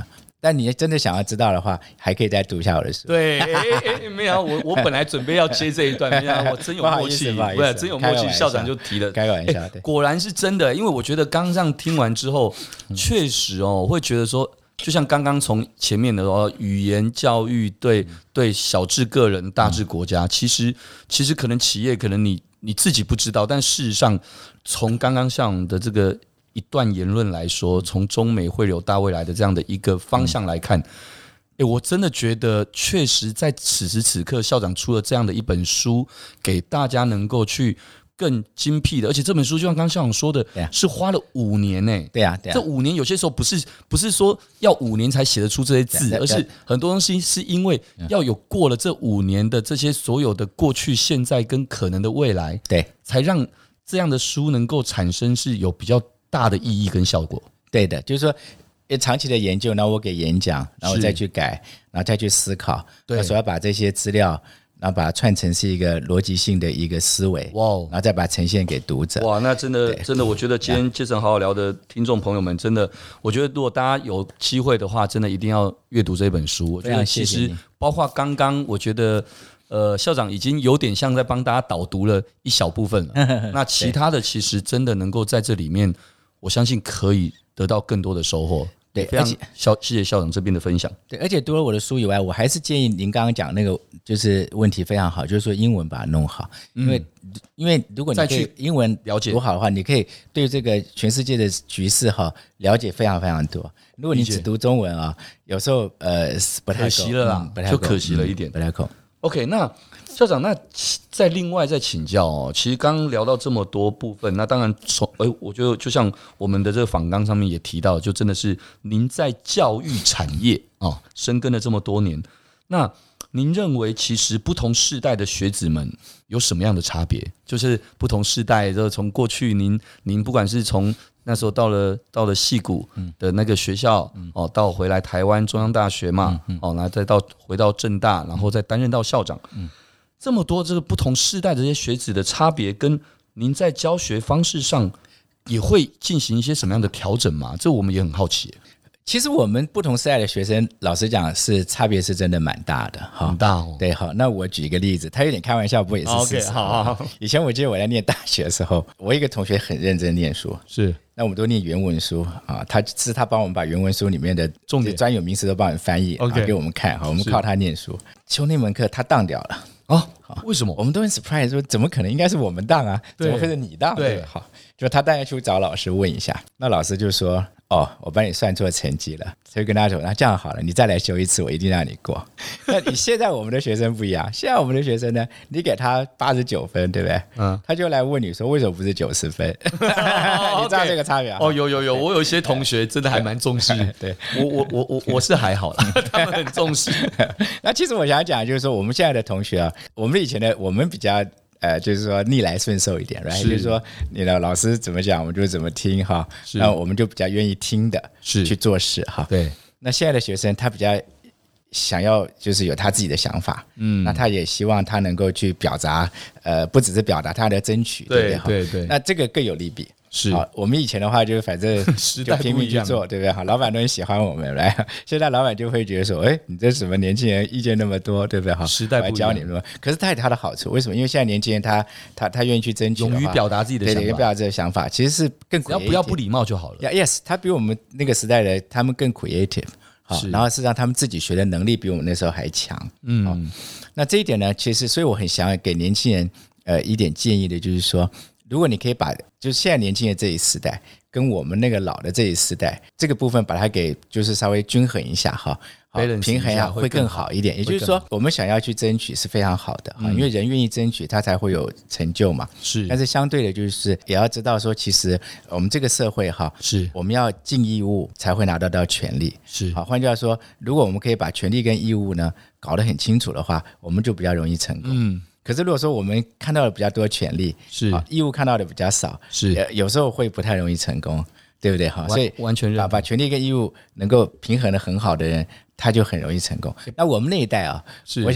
但你真的想要知道的话，还可以再读一下我的书。 对，哎哎，没有，我我本来准备要接这一段，没想到我真有默契， 不好意思， 真有默契，校长就提了， 开玩笑，对， 果然是真的，因为我觉得刚这样听完之后，确实哦，我会觉得说。就像刚刚从前面的哦，语言教育对对小至个人、大至国家，其实其实可能企业可能你你自己不知道，但事实上从刚刚像的这个一段言论来说，从中美会有大未来的这样的一个方向来看，欸、我真的觉得确实在此时此刻，校长出了这样的一本书，给大家能够去。更精辟的，而且这本书就像刚刚校长说的， 啊、 是花了五年呢、欸。 对啊，对啊， 这五年有些时候不是不是说要五年才写得出这些字，而是很多东西是因为要有过了这五年的这些所有的过去、现在跟可能的未来， 对， 才让这样的书能够产生是有比较大的意义跟效果。 对的，就是说。长期的研究，然后我给演讲，然后再去改，然后再去思考，对，所以要把这些资料，然后把它串成是一个逻辑性的一个思维，哇，然后再把它呈现给读者。 哇，那真的真的，我觉得今天Jason好好聊的听众朋友们，真的，我觉得如果大家有机会的话，真的一定要阅读这本书。我觉得其实包括刚刚，我觉得。呃，校长已经有点像在帮大家导读了一小部分了，那其他的其实真的能够在这里面，我相信可以得到更多的收获。对，非常校谢谢校长这边的分享。 对，而且读了我的书以外，我还是建议您刚刚讲那个就是问题非常好，就是说英文把它弄好，因为、嗯、因为如果你对英文了解读好的话，你可以对这个全世界的局势哈了解非常非常多。如果你只读中文啊，有时候呃不太够， 可惜了啦，嗯、不太就可惜了一点， 嗯、不太够。 OK， 那校长，那再另外再请教哦。其实刚刚聊到这么多部分，那当然从哎，我觉得就像我们的这个访纲上面也提到，就真的是您在教育产业哦深耕了这么多年。那您认为，其实不同世代的学子们有什么样的差别？就是不同世代，就从过去您您不管是从那时候到了到了矽谷的那个学校、嗯、哦，到回来台湾中央大学嘛，嗯嗯、哦，然后再到回到政大，然后再担任到校长，嗯、这么多这个不同世代的这些学子的差别，跟您在教学方式上也会进行一些什么样的调整吗？这我们也很好奇。 其实我们不同世代的学生，老实讲是差别是真的蛮大的， 很大哦。 对，好，那我举一个例子，他有点开玩笑，不过也是事实。 Okay, 好好好。 以前我记得我在念大学的时候，我一个同学很认真念书， 是， 那我们都念原文书啊，他是他帮我们把原文书里面的重点专有名词都帮我们翻译， okay, 给我们看，好，我们靠他念书。就那门课他当掉了。 啊，为什么？ 我们都很 surprise， 说怎么可能？应该是我们当啊，怎么会是你当？ 对， 好，就他带去找老师问一下，那老师就说：“哦，我帮你算错成绩了。”所以跟他说：“那这样好了，你再来修一次，我一定让你过。”那你现在我们的学生不一样，现在我们的学生呢，你给他八十九分，对不对？嗯，他就来问你说：“为什么不是九十分？”你知道这个差别啊？ 哦，有有有，我有一些同学真的还蛮重视。 对， 我我我我我是还好啦，他们很重视。 那其实我想讲就是说，我们现在的同学啊，我们以前的我们比较呃，就是说逆来顺受一点， right? 就是说你的老师怎么讲，我们就怎么听哈。那我们就比较愿意听的去做事哈。 对。 那现在的学生他比较想要就是有他自己的想法，嗯，那他也希望他能够去表达，呃，不只是表达他的争取， 对不对？ 对对。 那这个更有利弊。 是， 好，我们以前的话就反正就拼命去做，对不对？好，老板都很喜欢我们，来，现在老板就会觉得说，哎，你这什么年轻人意见那么多，对不对？好， 时代不一样， 我教你们。可是他有他的好处，为什么？因为现在年轻人他他他愿意去争取， 勇于表达自己的想法， 对，表达自己的想法，其实是更 creative， 只要不要不礼貌就好了。 Yes， 他比我们那个时代的他们更 creative， 好，然后事实上他们自己学的能力比我们那时候还强。嗯，那这一点呢，其实所以我很想要给年轻人呃一点建议的，就是说。如果你可以把就是现在年轻人这一时代跟我们那个老的这一时代这个部分把它给就是稍微均衡一下哈，平衡一下会更好一点。也就是说，我们想要去争取是非常好的哈，因为人愿意争取，他才会有成就嘛。 是， 但是相对的，就是也要知道说，其实我们这个社会哈， 是我们要尽义务才会拿得到权利。 是， 好，换句话说，如果我们可以把权利跟义务呢搞得很清楚的话，我们就比较容易成功。嗯。可是如果说我们看到的比较多权利， 是义务看到的比较少， 是有时候会不太容易成功，对不对？哈，所以完全认同， 把权利跟义务能够平衡的很好的人，他就很容易成功。那我们那一代啊，我想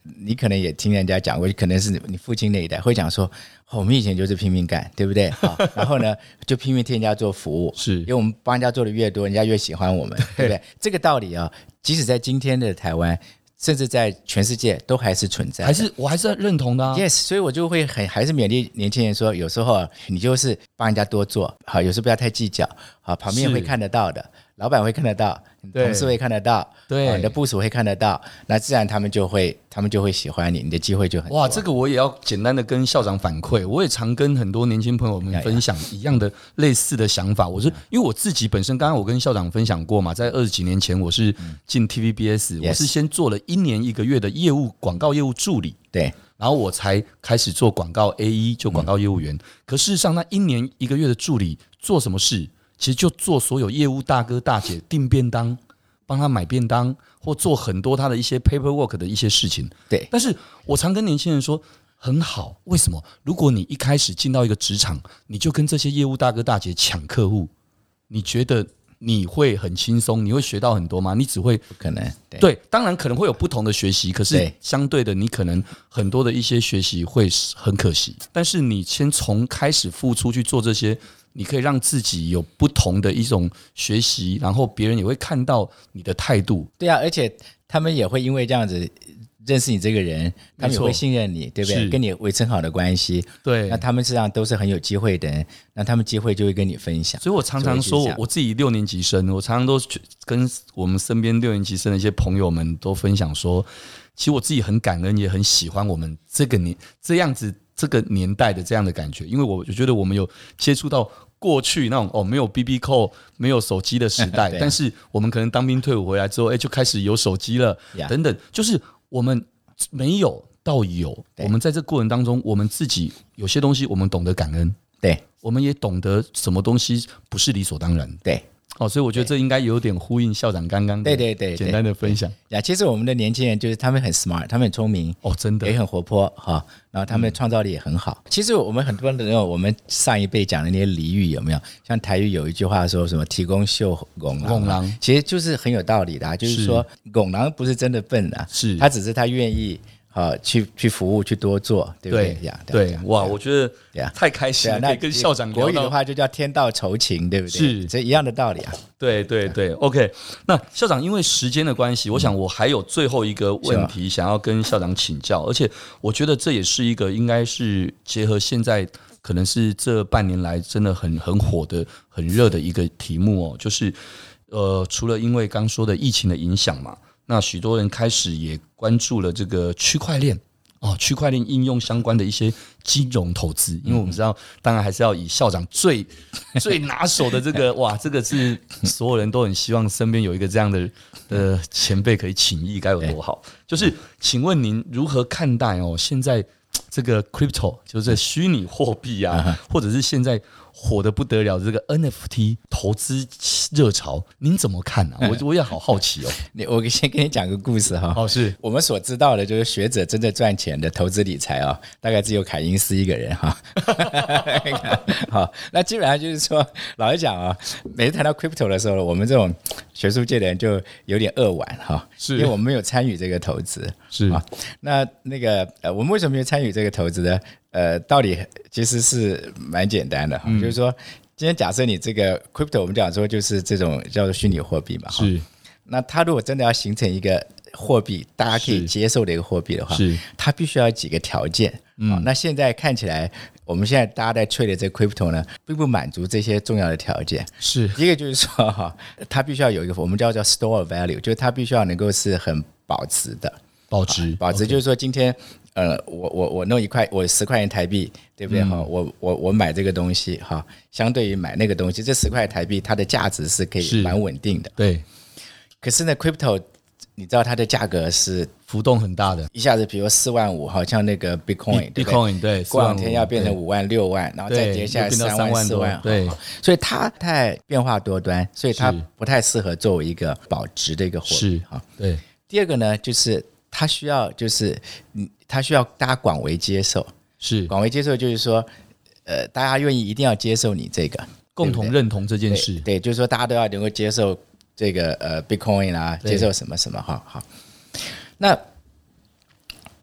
你可能也听人家讲过，可能是你父亲那一代会讲说，哦，我们以前就是拼命干，对不对？好，然后呢，就拼命替人家做服务， 是因为我们帮人家做的越多，人家越喜欢我们，对不对？这个道理啊，即使在今天的台湾，甚至在全世界都还是存在的， 还是我还是认同的啊。 Yes， 所以我就会很还是勉励年轻人说，有时候你就是帮人家多做，好，有时候不要太计较，好，旁边会看得到的，老板会看得到，同事会看得到， 对， 你的部属会看得到，那自然他们就会他们就会喜欢你，你的机会就很多。 哇，这个我也要简单的跟校长反馈，我也常跟很多年轻朋友们分享一样的类似的想法。我是因为我自己本身，刚刚我跟校长分享过嘛，在二十几年前我是进 T V B S，、嗯、我是先做了一年一个月的业务广告业务助理， 对， 然后我才开始做广告 A 一，就广告业务员。嗯、可事实上，那一年一个月的助理做什么事？其实就做所有业务大哥大姐订便当，帮他买便当，或做很多他的一些 paperwork 的一些事情。 对， 但是我常跟年轻人说，很好，为什么？如果你一开始进到一个职场，你就跟这些业务大哥大姐抢客户，你觉得你会很轻松，你会学到很多吗？你只会不可能。 对, 对，当然可能会有不同的学习，可是相对的，你可能很多的一些学习会很可惜。但是你先从开始付出去做这些，你可以让自己有不同的一种学习，然后别人也会看到你的态度。 对啊，而且他们也会因为这样子认识你这个人，他们也会信任你，对不对？跟你维持好的关系， 对， 那他们实际上都是很有机会的人，那他们机会就会跟你分享。 所以我常常说，我我自己六年级生，我常常都跟我们身边六年级生的一些朋友们都分享说，其实我自己很感恩，也很喜欢我们这个年这样子这个年代的这样的感觉，因为我觉得我们有接触到过去那种哦没有 B B 扣、没有手机的时代，啊、但是我们可能当兵退伍回来之后，哎，就开始有手机了， yeah. 等等，就是我们没有到有，我们在这过程当中，我们自己有些东西我们懂得感恩， 对， 我们也懂得什么东西不是理所当然， 对。 哦，所以我觉得这应该有点呼应校长刚刚对对对简单的分享呀。其实我们的年轻人就是他们很 smart， 他们很聪明哦，真的也很活泼哈，然后他们创造力也很好。嗯、其实我们很多人，我们上一辈讲的那些俚语有没有？像台语有一句话说什么“提供秀拱狼”，狼其实就是很有道理的、啊，就是说拱狼不是真的笨啊， 是他只是他愿意。好，去去服务，去多做，对不对？ 对，对哇，我觉得太开心了，可以跟校长聊到。 国语的话就叫天道酬勤，对不对？ 是， 这一样的道理啊。 对对对 ，OK。那校长，因为时间的关系，我想我还有最后一个问题想要跟校长请教，而且我觉得这也是一个应该是结合现在可能是这半年来真的很很火的、很热的一个题目哦，就是呃，除了因为刚说的疫情的影响嘛。那许多人开始也关注了这个区块链哦，区块链应用相关的一些金融投资，因为我们知道，当然还是要以校长最最拿手的这个哇，这个是所有人都很希望身边有一个这样的的前辈可以请益，该有多好。就是请问您如何看待哦？现在这个 crypto 就是虚拟货币啊，或者是现在火得不得了的这个 N F T 投资热潮，您怎么看啊？我我也好好奇哦。 你我先跟你讲个故事哈。 哦，是我们所知道的，就是学者真正赚钱的投资理财啊、哦，大概只有凯因斯一个人哈。好，那基本上就是说，老实讲啊，每次谈到 crypto 的时候，我们这种学术界的人就有点扼腕哈， 是因为我们没有参与这个投资。 是啊，那那个呃，我们为什么没有参与这个投资呢？呃，道理其实是蛮简单的哈、嗯，就是说，今天假设你这个 crypto， 我们讲说就是这种叫做虚拟货币嘛， 是。 那它如果真的要形成一个货币，大家可以接受的一个货币的话， 是它必须要有几个条件。嗯，那现在看起来，我们现在大家在吹的这个 crypto 呢，并不满足这些重要的条件。 是一个就是说哈，它必须要有一个我们叫做 store of value， 就是它必须要能够是很保值的， 保值， 保值就是说今天。呃，我我我弄一块，我十块钱台币，对不对哈、嗯？我我我买这个东西哈，相对于买那个东西，这十块台币它的价值是可以蛮稳定的。 对。 可是呢 ，crypto 你知道它的价格是浮动很大的， 一下子比如四万五，好像那个 Bitcoin， 对 Bitcoin 对， 过两天要变成五万六万，然后再跌下来三万四万， 对， 所以它太变化多端，所以它不太适合作为一个保值的一个货币哈。 对。 第二个呢，就是它需要就是嗯。它需要大家广为接受， 是广为接受，就是说，呃，大家愿意一定要接受你这个， 共同认同这件事， 对，对就是说大家都要能够接受这个呃 Bitcoin 啊，接受什么什么哈好。那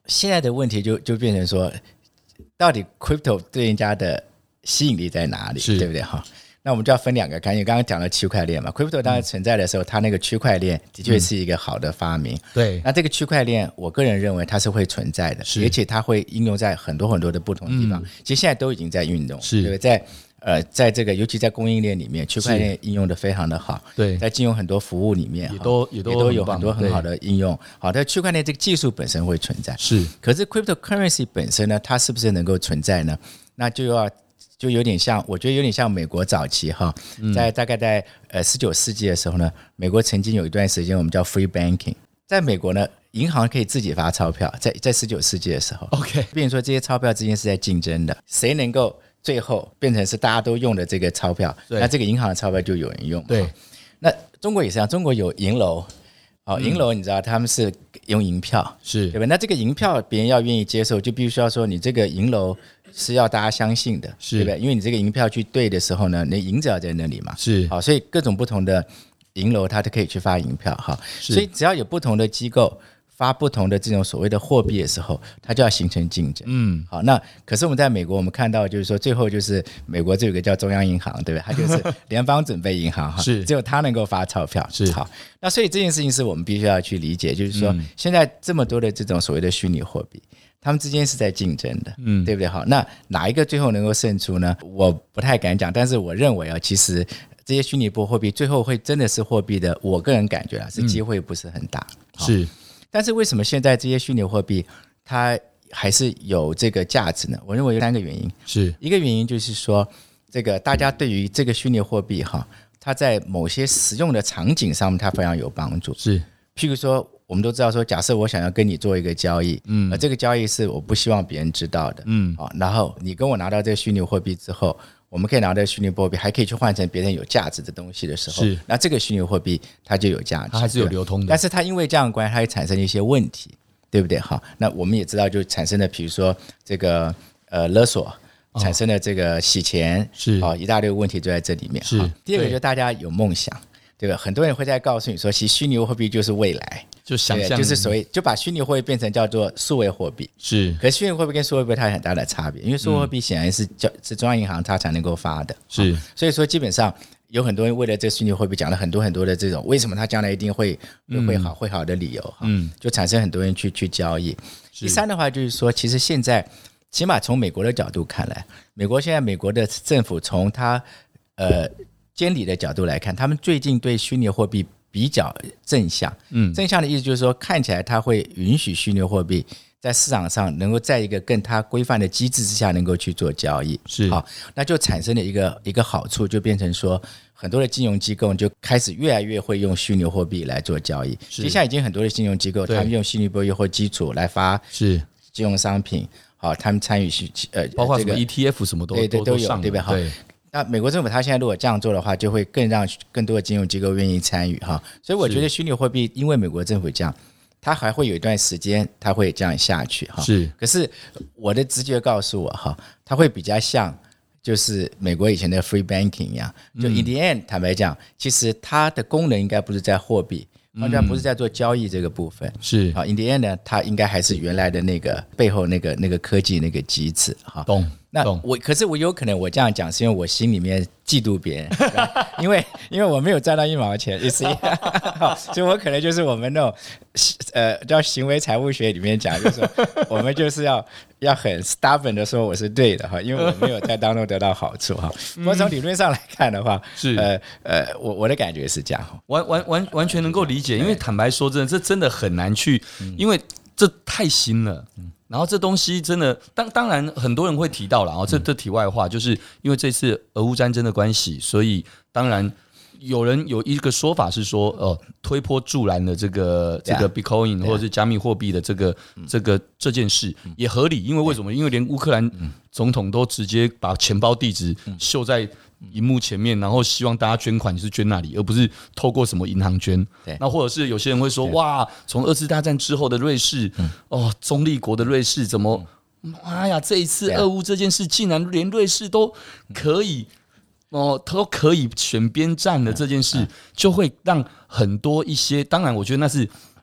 现在的问题就就变成说，到底 crypto 对人家的吸引力在哪里，对不对哈？那我们就要分两个概念，刚刚讲了区块链嘛 ，crypto 当然存在的时候，它那个区块链的确是一个好的发明。 对， 那这个区块链，我个人认为它是会存在的，而且它会应用在很多很多的不同地方。嗯、其实现在都已经在运动， 是对不对？在呃，在这个尤其在供应链里面，区块链应用的非常的好。 对， 在金融很多服务里面， 也都也都也都有很多很好的应用。好，但区块链这个技术本身会存在， 是。 可是 cryptocurrency 本身呢，它是不是能够存在呢？那就要。就有点像，我觉得有点像美国早期哈，在大概在呃十九世纪的时候呢，美国曾经有一段时间我们叫 free banking， 在美国呢，银行可以自己发钞票，在在十九世纪的时候 ，OK， 变成说这些钞票之间是在竞争的，谁能够最后变成是大家都用的这个钞票，那这个银行的钞票就有人用。 对， 那中国也是这样，中国有银楼。哦，银楼你知道他们是用银票， 是对吧？那这个银票别人要愿意接受，就必须要说你这个银楼是要大家相信的，对不对？因为你这个银票去兑的时候呢，你银子要在那里嘛， 是好，所以各种不同的银楼它都可以去发银票哈。所以只要有不同的机构发不同的这种所谓的货币的时候，它就要形成竞争。嗯，好，那可是我们在美国，我们看到就是说，最后就是美国这有个叫中央银行，对不对？它就是联邦准备银行哈， 是只有它能够发钞票。 是好，那所以这件事情是我们必须要去理解，就是说、嗯、现在这么多的这种所谓的虚拟货币，他们之间是在竞争的，嗯，对不对？好，那哪一个最后能够胜出呢？我不太敢讲，但是我认为啊，其实这些虚拟货币最后会真的是货币的，我个人感觉啊，是机会不是很大。 嗯、是。 但是为什么现在这些虚拟货币它还是有这个价值呢？我认为有三个原因。 是一个原因就是说，这个大家对于这个虚拟货币哈，它在某些实用的场景上面它非常有帮助。 是， 譬如说，我们都知道说，假设我想要跟你做一个交易，嗯，而这个交易是我不希望别人知道的，嗯，啊，然后你跟我拿到这个虚拟货币之后，我们可以拿到虚拟货币，还可以去换成别人有价值的东西的时候， 是， 那这个虚拟货币它就有价值， 它还是有流通的。 但是它因为这样的关系，它会产生一些问题，对不对？好，那我们也知道，就产生了，比如说这个呃勒索，产生了这个洗钱， 是啊、哦，一大堆问题都在这里面。 是。 第二个就是大家有梦想，对吧？很多人会在告诉你说，其实虚拟货币就是未来。 就想象， 就是所谓就把虚拟货币变成叫做数位货币， 是。 可是虚拟货币跟数位货币它有很大的差别，因为数位货币显然是叫是中央银行它才能够发的， 是。 所以说基本上有很多人为了这虚拟货币讲了很多很多的这种为什么它将来一定会会好会好的理由，嗯，就产生很多人去去交易。第三的话就是说，其实现在起码从美国的角度看来，美国现在美国的政府从它呃监理的角度来看，他们最近对虚拟货币比较正向，嗯，正向的意思就是说，看起来它会允许虚拟货币在市场上能够在一个更它规范的机制之下能够去做交易， 是好，那就产生了一个一个好处，就变成说，很多的金融机构就开始越来越会用虚拟货币来做交易。其实现在已经很多的金融机构，他们用虚拟货币或基础来发是金融商品，好，他们参与呃， 包括什么 E T F 什么都对对都有， 都对吧？好。那美国政府他现在如果这样做的话，就会更让更多的金融机构愿意参与哈，所以我觉得虚拟货币，因为美国政府这样，它还会有一段时间它会这样下去哈。 是， 可是我的直觉告诉我哈，它会比较像就是美国以前的 free banking 一样，就 in the end 坦白讲，其实它的功能应该不是在货币。完全不是在做交易这个部分， 是好 in the end 呢，它应该还是原来的那个背后那个那个科技那个机制哈。 懂。 那我可是我有可能我这样讲，是因为我心里面嫉妒别人，因为因为我没有赚到一毛钱，所以我可能就是我们那种呃叫行为财务学里面讲，就是说我们就是要要很 stubborn 的说我是对的哈，因为我没有在当中得到好处哈。不过从理论上来看的话， 是呃呃我我的感觉是这样， 完完完完全能够理解，因为坦白说真的，这真的很难去，因为这太新了。嗯，然后这东西真的，当当然很多人会提到了，然后这这题外话，就是因为这次俄乌战争的关系，所以当然有人有一个说法是说，呃，推波助澜的这个这个 Bitcoin 或者是加密货币的这个这个这件事也合理，因为为什么？因为连乌克兰总统都直接把钱包地址秀在荧幕前面，然后希望大家捐款是捐那里，而不是透过什么银行捐。那或者是有些人会说，哇，从二次大战之后的瑞士，哦，中立国的瑞士怎么，妈呀，这一次俄乌这件事，竟然连瑞士都可以。哦，都可以选边站的这件事，就会让很多一些，当然我觉得那是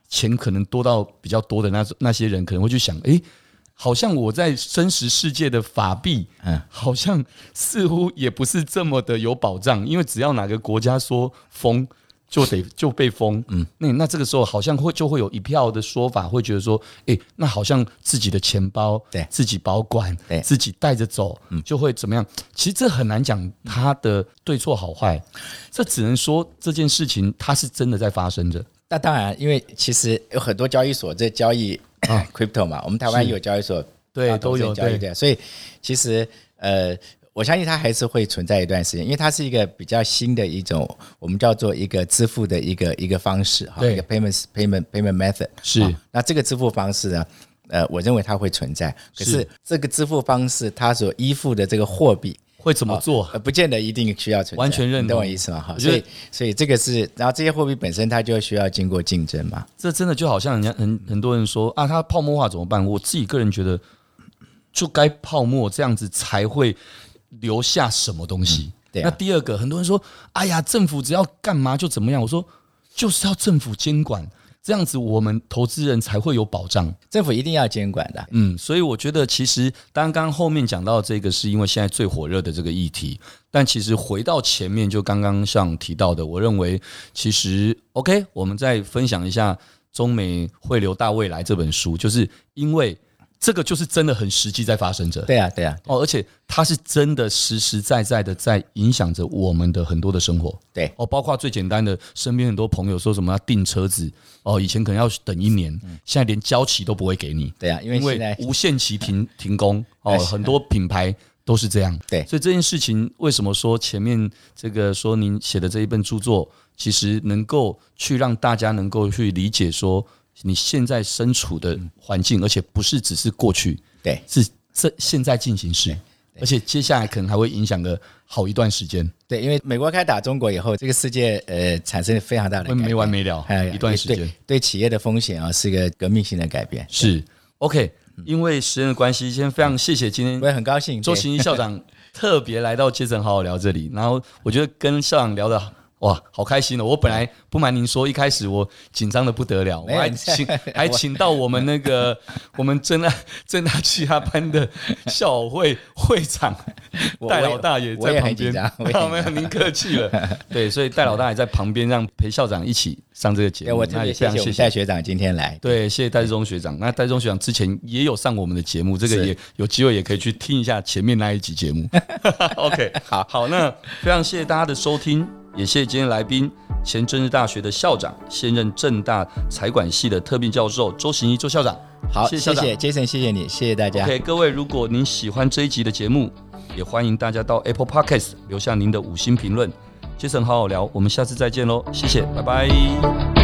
钱可能多到比较多的那那些人，可能会去想，哎，好像我在真实世界的法币，嗯，好像似乎也不是这么的有保障，因为只要哪个国家说封，就得就被封，嗯，那那这个时候好像会就会有一票的说法，会觉得说，哎，那好像自己的钱包，对，自己保管，对，自己带着走，嗯，就会怎么样？其实这很难讲它的对错好坏，这只能说这件事情它是真的在发生着。 那当然，因为其实有很多交易所在交易、啊、crypto 嘛，我们台湾也有交易所， 对，都有交易的，所以其实呃。我相信它还是会存在一段时间，因为它是一个比较新的一种，我们叫做一个支付的一个一个方式，一个 payment payment payment method 是。 那这个支付方式呢，呃，我认为它会存在，可是这个支付方式它所依附的这个货币会怎么做， 呃，不见得一定需要存在， 完全认同， 你懂我意思吗？哈，所以所以这个是，然后这些货币本身它就需要经过竞争嘛。 这真的就好像人家很很多人说啊，它泡沫化怎么办？我自己个人觉得，就该泡沫这样子才会留下什么东西、嗯啊、那第二个很多人说哎呀政府只要干嘛就怎么样，我说就是要政府监管，这样子我们投资人才会有保障， 政府一定要监管的。 嗯，所以我觉得其实当刚刚后面讲到这个是因为现在最火热的这个议题，但其实回到前面就刚刚像提到的，我认为其实 OK 我们再分享一下中美汇流大未来这本书，就是因为这个就是真的很实际在发生着， 对啊，对啊， 哦，而且它是真的实实在在的在影响着我们的很多的生活， 对， 哦，包括最简单的，身边很多朋友说什么要订车子，哦，以前可能要等一年，嗯、现在连交期都不会给你， 对啊，因为现在无限期停停工，哦，很多品牌都是这样， 对， 所以这件事情为什么说前面这个说您写的这一本著作，其实能够去让大家能够去理解说。你现在身处的环境，而且不是只是过去， 对， 是这现在进行时，而且接下来可能还会影响个好一段时间。 对，因为美国开打中国以后，这个世界呃产生了非常大的改变， 没完没了，一段时间。 对，对企业的风险啊，是一个革命性的改变。 是 OK， 因为时间的关系，先非常谢谢今天， 我也很高兴周行一校长特别来到杰森好好聊这里，然后我觉得跟校长聊的。哇，好开心哦！我本来不瞒您说，一开始我紧张的不得了，我还请还请到我们那个我们正大正大其他班的校友会会长戴老大也在旁边，没有您客气了。对，所以戴老大也在旁边，让陪校长一起上这个节目。 我特别谢谢我们戴学长今天来， 对，谢谢戴志忠学长。那戴志忠学长之前也有上我们的节目，这个也有机会也可以去听一下前面那一集节目。OK， 好，好，那非常谢谢大家的收听。也谢谢今天来宾，前政治大学的校长，现任政大财管系的特聘教授周行一周校长。 好，谢谢 Jason， 谢谢你，谢谢大家。 OK， 各位，如果您喜欢这一集的节目，也欢迎大家到 Apple Podcast 留下您的五星评论。Jason 好好聊，我们下次再见喽，谢谢，拜拜。